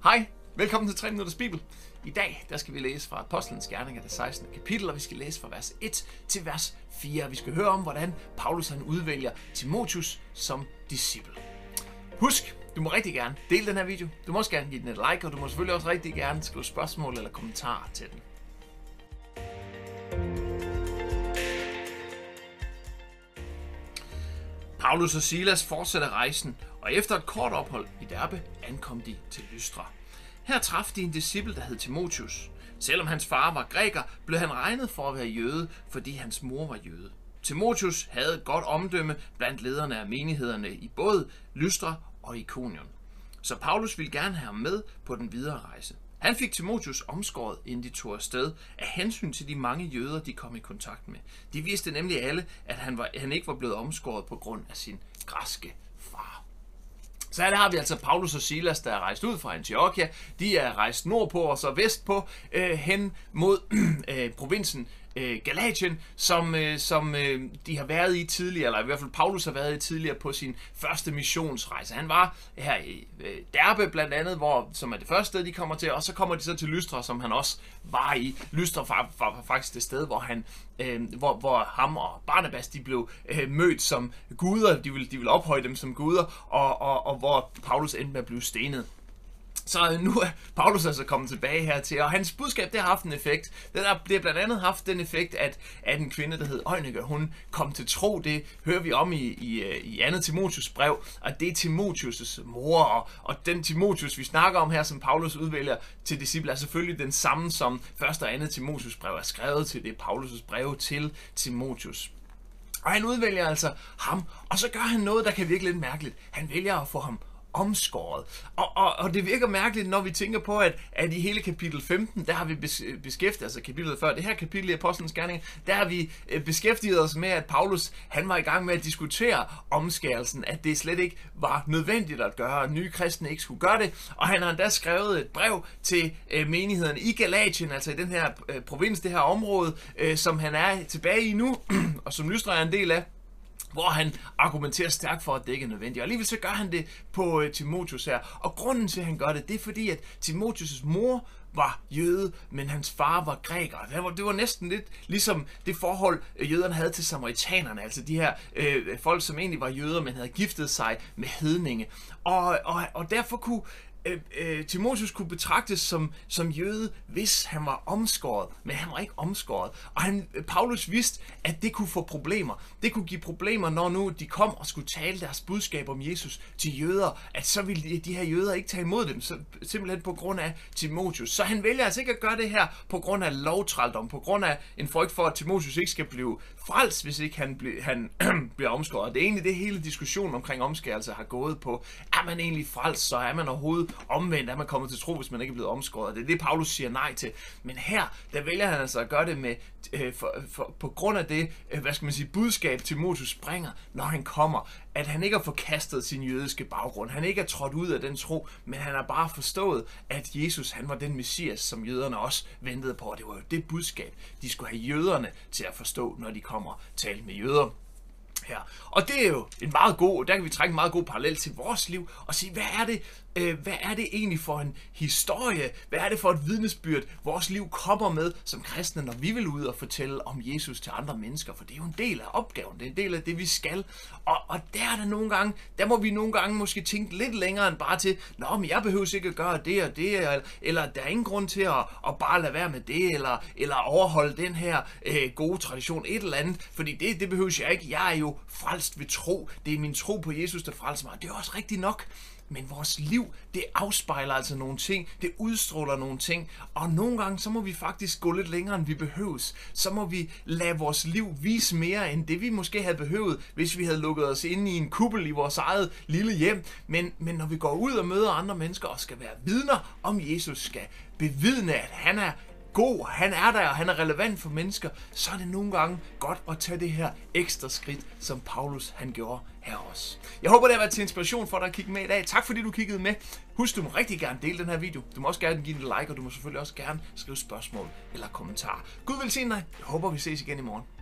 Hej, velkommen til 3 Minutters Bibel. I dag der skal vi læse fra Apostlenes Gerninger, det 16. kapitel, og vi skal læse fra vers 1 til vers 4. Vi skal høre om, hvordan Paulus han udvælger Timotheus som disciple. Husk, du må rigtig gerne dele den her video. Du må også gerne give den et like, og du må selvfølgelig også rigtig gerne skrive spørgsmål eller kommentarer til den. Paulus og Silas fortsatte rejsen, og efter et kort ophold i Derbe ankom de til Lystra. Her traf de en disciple, der hed Timotheus. Selvom hans far var græker, blev han regnet for at være jøde, fordi hans mor var jøde. Timotheus havde et godt omdømme blandt lederne af menighederne i både Lystra og Ikonion. Så Paulus ville gerne have ham med på den videre rejse. Han fik Timotheus omskåret, inden de tog afsted, af hensyn til de mange jøder, de kom i kontakt med. De vidste nemlig alle, at han ikke var blevet omskåret på grund af sin græske far. Så her har vi altså Paulus og Silas, der er rejst ud fra Antiochia. De er rejst nordpå og så vestpå hen mod provinsen Galatien, som de har været i tidligere, eller i hvert fald Paulus har været i tidligere på sin første missionsrejse. Han var her i Derbe blandt andet, som er det første sted, de kommer til, og så kommer de så til Lystra, som han også var i. Lystra var faktisk det sted, hvor ham og Barnabas de blev mødt som guder. De ville ophøje dem som guder, og hvor Paulus endte med at blive stenet. Så nu er Paulus altså kommet tilbage hertil, og hans budskab det har haft en effekt. Det har blandt andet haft den effekt, at en kvinde, der hed Eunike, hun kom til tro. Det hører vi om i 2. Timotheus brev, og det er Timotheus' mor. Og den Timotheus, vi snakker om her, som Paulus udvælger til disciple, er selvfølgelig den samme, som 1. og 2. Timotheus brev er skrevet til. Det er Paulus' brev til Timotheus. Og han udvælger altså ham, og så gør han noget, der kan virke lidt mærkeligt. Han vælger at få ham omskåret. Og det virker mærkeligt, når vi tænker på, at i hele kapitel 15, der har vi beskæftiget, altså kapitlet før det her kapitel i Apostlenes Gerninger, der har vi beskæftiget os med, at Paulus, han var i gang med at diskutere omskærelsen, at det slet ikke var nødvendigt at gøre, at nye kristne ikke skulle gøre det, og han har endda skrevet et brev til menighederne i Galatien, altså i den her provins, det her område, som han er tilbage i nu, og som Lystra er en del af, hvor han argumenterer stærkt for, at det ikke er nødvendigt. Og alligevel så gør han det på Timotheus her. Og grunden til, at han gør det, det er fordi, at Timotheus' mor var jøde, men hans far var græker. Det var næsten lidt ligesom det forhold, jøderne havde til samaritanerne, altså de her folk, som egentlig var jøder, men havde giftet sig med hedninge. Og derfor kunne Timotheus kunne betragtes som jøde, hvis han var omskåret, men han var ikke omskåret. Og Paulus vidste, at det kunne få problemer. Det kunne give problemer, når nu de kom og skulle tale deres budskab om Jesus til jøder, at så ville de her jøder ikke tage imod dem, simpelthen på grund af Timotheus. Så han vælger altså ikke at gøre det her på grund af lovtrældom, på grund af en frygt for, at Timotheus ikke skal blive frelst, hvis ikke han bliver omskåret. Det er egentlig det hele diskussionen omkring omskærelse har gået på. Er man egentlig frelst, så er man overhovedet omvendt, er man kommet til tro, hvis man ikke er blevet omskåret. Det er det, Paulus siger nej til. Men her, der vælger han altså at gøre det med, på grund af det, budskab Timotheus bringer, når han kommer, at han ikke har forkastet sin jødiske baggrund. Han ikke er trådt ud af den tro, men han har bare forstået, at Jesus, han var den messias, som jøderne også ventede på. Det var jo det budskab, de skulle have jøderne til at forstå, når de kommer og tale med jøder. Her. Og det er jo en meget god, der kan vi trække en meget god parallel til vores liv og sige, hvad er det egentlig for en historie? Hvad er det for et vidnesbyrd, vores liv kommer med som kristne, når vi vil ud og fortælle om Jesus til andre mennesker? For det er jo en del af opgaven, det er en del af det, vi skal. Og der må vi nogle gange måske tænke lidt længere end bare til, men jeg behøver ikke at gøre det og det, eller der er ingen grund til at bare lade være med det, eller overholde den her gode tradition, et eller andet, fordi det behøver jeg ikke. Jeg er jo frelst ved tro. Det er min tro på Jesus, der frelser mig. Det er også rigtigt nok. Men vores liv, det afspejler altså nogle ting, det udstråler nogle ting, og nogle gange, så må vi faktisk gå lidt længere, end vi behøves. Så må vi lade vores liv vise mere, end det vi måske havde behøvet, hvis vi havde lukket os inde i en kuppel i vores eget lille hjem. Men når vi går ud og møder andre mennesker og skal være vidner om Jesus, skal bevidne, at han er god, han er der, og han er relevant for mennesker, så er det nogle gange godt at tage det her ekstra skridt, som Paulus han gjorde her også. Jeg håber, det har været til inspiration for dig at kigge med i dag. Tak fordi du kiggede med. Husk, du må rigtig gerne dele den her video. Du må også gerne give den et like, og du må selvfølgelig også gerne skrive spørgsmål eller kommentarer. Gud velsigne dig. Jeg håber, vi ses igen i morgen.